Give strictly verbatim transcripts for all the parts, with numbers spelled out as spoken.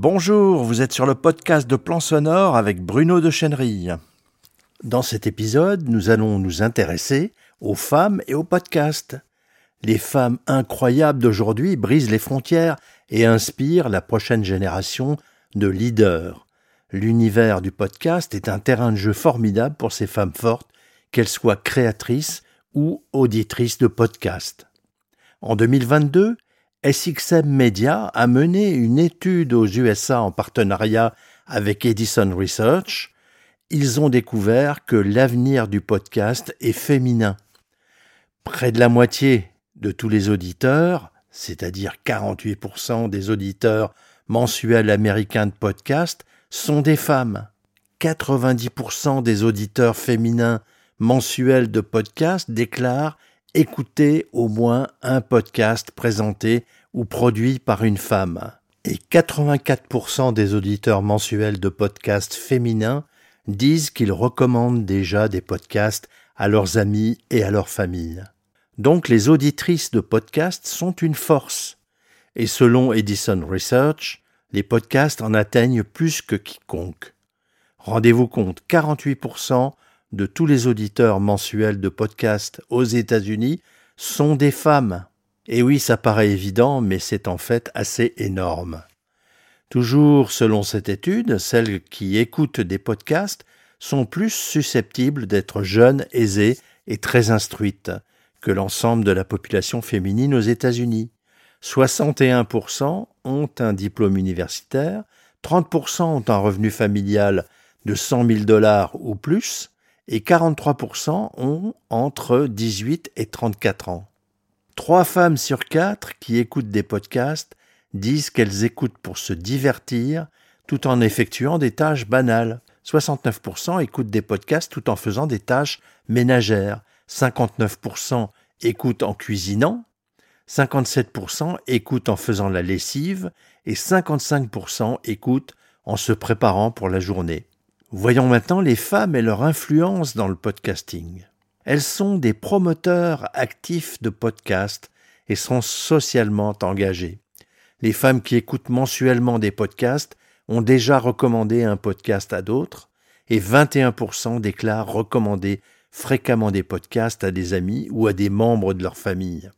Bonjour, vous êtes sur le podcast de Plan Sonore avec Bruno de Chenerille. Dans cet épisode, nous allons nous intéresser aux femmes et aux podcasts. Les femmes incroyables d'aujourd'hui brisent les frontières et inspirent la prochaine génération de leaders. L'univers du podcast est un terrain de jeu formidable pour ces femmes fortes, qu'elles soient créatrices ou auditrices de podcasts. En deux mille vingt-deux, S X M Media a mené une étude aux U S A en partenariat avec Edison Research. Ils ont découvert que l'avenir du podcast est féminin. Près de la moitié de tous les auditeurs, c'est-à-dire quarante-huit pour cent des auditeurs mensuels américains de podcasts, sont des femmes. quatre-vingt-dix pour cent des auditeurs féminins mensuels de podcasts déclarent écouter au moins un podcast présenté ou produit par une femme. Et quatre-vingt-quatre pour cent des auditeurs mensuels de podcasts féminins disent qu'ils recommandent déjà des podcasts à leurs amis et à leur famille. Donc les auditrices de podcasts sont une force. Et selon Edison Research, les podcasts en atteignent plus que quiconque. Rendez-vous compte, quarante-huit pour cent de tous les auditeurs mensuels de podcasts aux États-Unis sont des femmes. Et oui, ça paraît évident, mais c'est en fait assez énorme. Toujours selon cette étude, celles qui écoutent des podcasts sont plus susceptibles d'être jeunes, aisées et très instruites que l'ensemble de la population féminine aux États-Unis. soixante et un pour cent ont un diplôme universitaire, trente pour cent ont un revenu familial de cent mille dollars ou plus, et quarante-trois pour cent ont entre dix-huit et trente-quatre ans. Trois femmes sur quatre qui écoutent des podcasts disent qu'elles écoutent pour se divertir tout en effectuant des tâches banales. soixante-neuf pour cent écoutent des podcasts tout en faisant des tâches ménagères. cinquante-neuf pour cent écoutent en cuisinant, cinquante-sept pour cent écoutent en faisant la lessive et cinquante-cinq pour cent écoutent en se préparant pour la journée. Voyons maintenant les femmes et leur influence dans le podcasting. Elles sont des promoteurs actifs de podcasts et sont socialement engagées. Les femmes qui écoutent mensuellement des podcasts ont déjà recommandé un podcast à d'autres et vingt et un pour cent déclarent recommander fréquemment des podcasts à des amis ou à des membres de leur famille.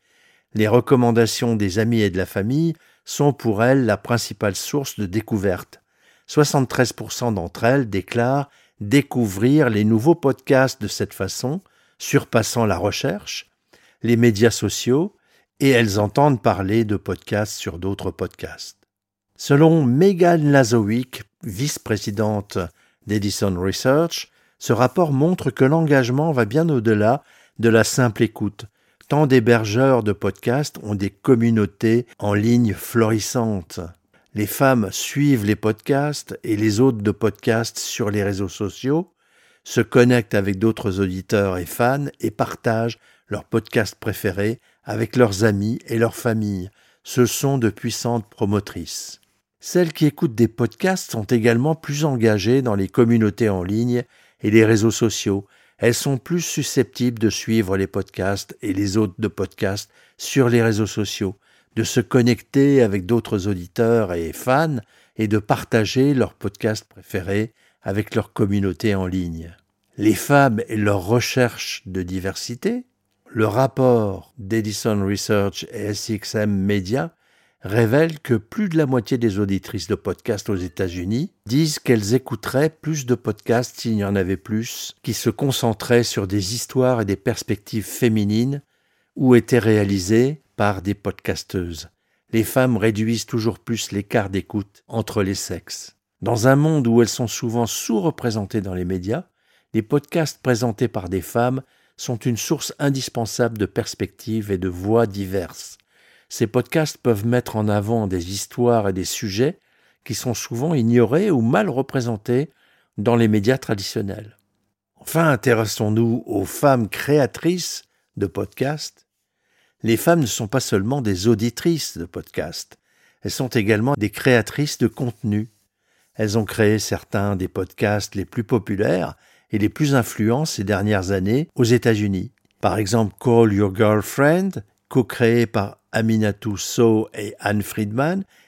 Les recommandations des amis et de la famille sont pour elles la principale source de découverte. soixante-treize pour cent d'entre elles déclarent découvrir les nouveaux podcasts de cette façon, surpassant la recherche, les médias sociaux, et elles entendent parler de podcasts sur d'autres podcasts. Selon Megan Lazowick, vice-présidente d'Edison Research, ce rapport montre que l'engagement va bien au-delà de la simple écoute. Tant d'hébergeurs de podcasts ont des communautés en ligne florissantes. Les femmes suivent les podcasts et les hôtes de podcasts sur les réseaux sociaux, se connectent avec d'autres auditeurs et fans et partagent leurs podcasts préférés avec leurs amis et leurs familles. Ce sont de puissantes promotrices. Celles qui écoutent des podcasts sont également plus engagées dans les communautés en ligne et les réseaux sociaux. Elles sont plus susceptibles de suivre les podcasts et les hôtes de podcasts sur les réseaux sociaux, de se connecter avec d'autres auditeurs et fans et de partager leurs podcasts préférés avec leur communauté en ligne. Les femmes et leur recherche de diversité, le rapport d'Edison Research et S X M Media révèle que plus de la moitié des auditrices de podcasts aux États-Unis disent qu'elles écouteraient plus de podcasts s'il y en avait plus, qui se concentraient sur des histoires et des perspectives féminines ou étaient réalisés par des podcasteuses. Les femmes réduisent toujours plus l'écart d'écoute entre les sexes. Dans un monde où elles sont souvent sous-représentées dans les médias, les podcasts présentés par des femmes sont une source indispensable de perspectives et de voix diverses. Ces podcasts peuvent mettre en avant des histoires et des sujets qui sont souvent ignorés ou mal représentés dans les médias traditionnels. Enfin, intéressons-nous aux femmes créatrices de podcasts. Les femmes ne sont pas seulement des auditrices de podcasts, elles sont également des créatrices de contenu. Elles ont créé certains des podcasts les plus populaires et les plus influents ces dernières années aux États-Unis. Par exemple, Call Your Girlfriend, co-créé par Aminatou Sow et Anne Friedman,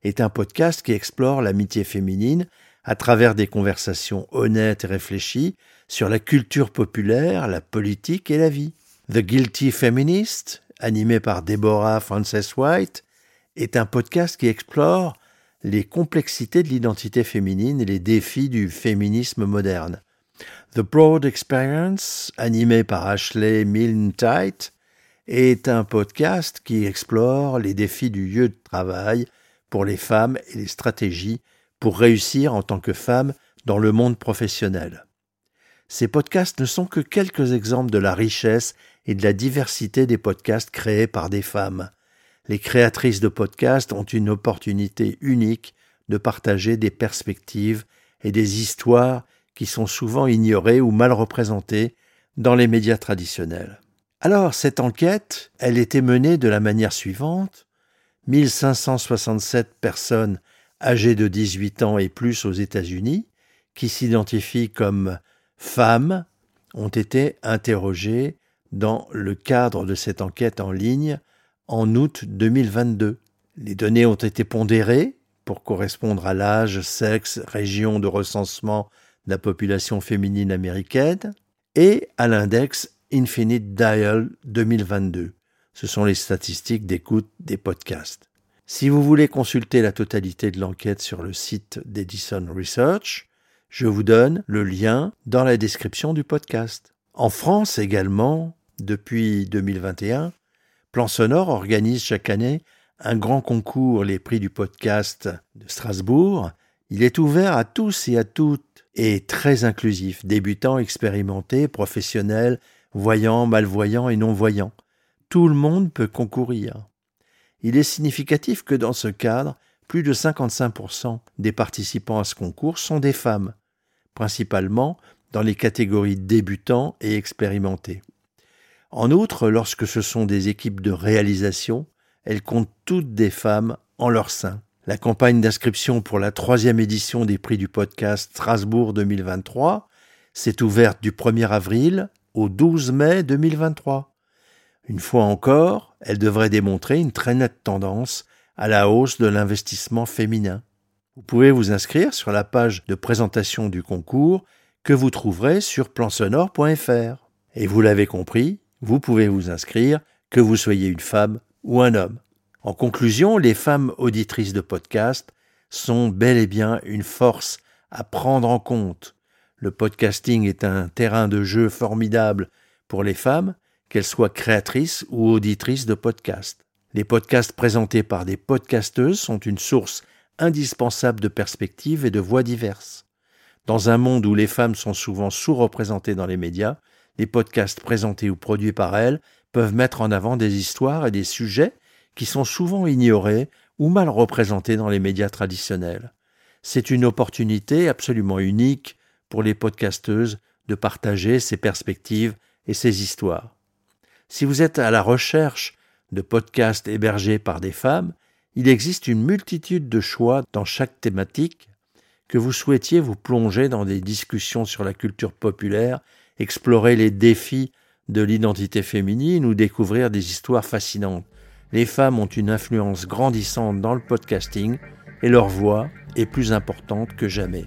est un podcast qui explore l'amitié féminine à travers des conversations honnêtes et réfléchies sur la culture populaire, la politique et la vie. The Guilty Feminist, animé par Deborah Frances-White, est un podcast qui explore les complexités de l'identité féminine et les défis du féminisme moderne. The Broad Experience, animé par Ashley Milne-Tyte, est un podcast qui explore les défis du lieu de travail pour les femmes et les stratégies pour réussir en tant que femme dans le monde professionnel. Ces podcasts ne sont que quelques exemples de la richesse et de la diversité des podcasts créés par des femmes. Les créatrices de podcasts ont une opportunité unique de partager des perspectives et des histoires qui sont souvent ignorées ou mal représentées dans les médias traditionnels. Alors, cette enquête, elle était menée de la manière suivante. mille cinq cent soixante-sept personnes âgées de dix-huit ans et plus aux États-Unis, qui s'identifient comme femmes, ont été interrogées dans le cadre de cette enquête en ligne en août deux mille vingt-deux. Les données ont été pondérées pour correspondre à l'âge, sexe, région de recensement de la population féminine américaine et à l'index Infinite Dial deux mille vingt-deux. Ce sont les statistiques d'écoute des podcasts. Si vous voulez consulter la totalité de l'enquête sur le site d'Edison Research, je vous donne le lien dans la description du podcast. En France également, depuis deux mille vingt et un, Plan Sonore organise chaque année un grand concours, les prix du podcast de Strasbourg. Il est ouvert à tous et à toutes et très inclusif, débutants, expérimentés, professionnels, voyants, malvoyants et non-voyants. Tout le monde peut concourir. Il est significatif que dans ce cadre, plus de cinquante-cinq pour cent des participants à ce concours sont des femmes, principalement dans les catégories débutants et expérimentés. En outre, lorsque ce sont des équipes de réalisation, elles comptent toutes des femmes en leur sein. La campagne d'inscription pour la troisième édition des prix du podcast Strasbourg deux mille vingt-trois s'est ouverte du premier avril au douze mai deux mille vingt-trois. Une fois encore, elle devrait démontrer une très nette tendance à la hausse de l'investissement féminin. Vous pouvez vous inscrire sur la page de présentation du concours que vous trouverez sur plan sonore point f r. Et vous l'avez compris, vous pouvez vous inscrire que vous soyez une femme ou un homme. En conclusion, les femmes auditrices de podcasts sont bel et bien une force à prendre en compte. Le podcasting est un terrain de jeu formidable pour les femmes, qu'elles soient créatrices ou auditrices de podcasts. Les podcasts présentés par des podcasteuses sont une source indispensable de perspectives et de voix diverses. Dans un monde où les femmes sont souvent sous-représentées dans les médias, les podcasts présentés ou produits par elles peuvent mettre en avant des histoires et des sujets qui sont souvent ignorés ou mal représentés dans les médias traditionnels. C'est une opportunité absolument unique pour les podcasteuses de partager ces perspectives et ces histoires. Si vous êtes à la recherche de podcasts hébergés par des femmes, il existe une multitude de choix dans chaque thématique. Que vous souhaitiez vous plonger dans des discussions sur la culture populaire, explorer les défis de l'identité féminine ou découvrir des histoires fascinantes. Les femmes ont une influence grandissante dans le podcasting et leur voix est plus importante que jamais.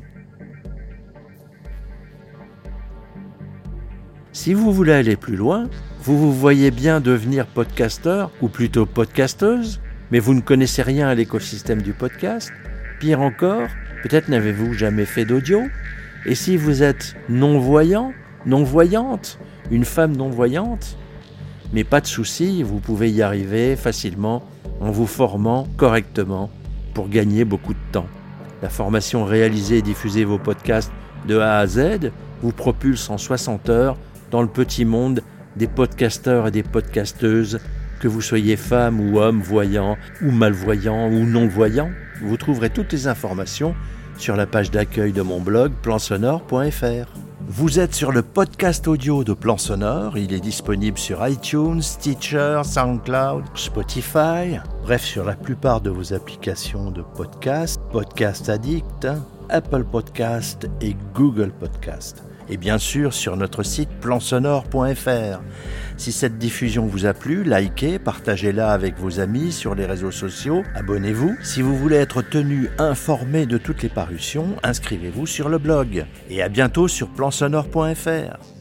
Si vous voulez aller plus loin, vous vous voyez bien devenir podcasteur ou plutôt podcasteuse, mais vous ne connaissez rien à l'écosystème du podcast. Pire encore, peut-être n'avez-vous jamais fait d'audio. Et si vous êtes non-voyant, non-voyante, une femme non-voyante, mais pas de souci, vous pouvez y arriver facilement en vous formant correctement pour gagner beaucoup de temps. La formation réalisée et diffusée vos podcasts de A à Z vous propulse en soixante heures dans le petit monde des podcasteurs et des podcasteuses, que vous soyez femme ou homme, voyant ou malvoyant ou non-voyant. Vous trouverez toutes les informations sur la page d'accueil de mon blog plan sonore point f r. Vous êtes sur le podcast audio de Plan Sonore, il est disponible sur iTunes, Stitcher, SoundCloud, Spotify, bref sur la plupart de vos applications de podcast, Podcast Addict, Apple Podcast et Google Podcast. et bien sûr sur notre site plan sonore point f r. Si cette diffusion vous a plu, likez, partagez-la avec vos amis sur les réseaux sociaux, abonnez-vous. Si vous voulez être tenu informé de toutes les parutions, inscrivez-vous sur le blog. Et à bientôt sur plan sonore point f r.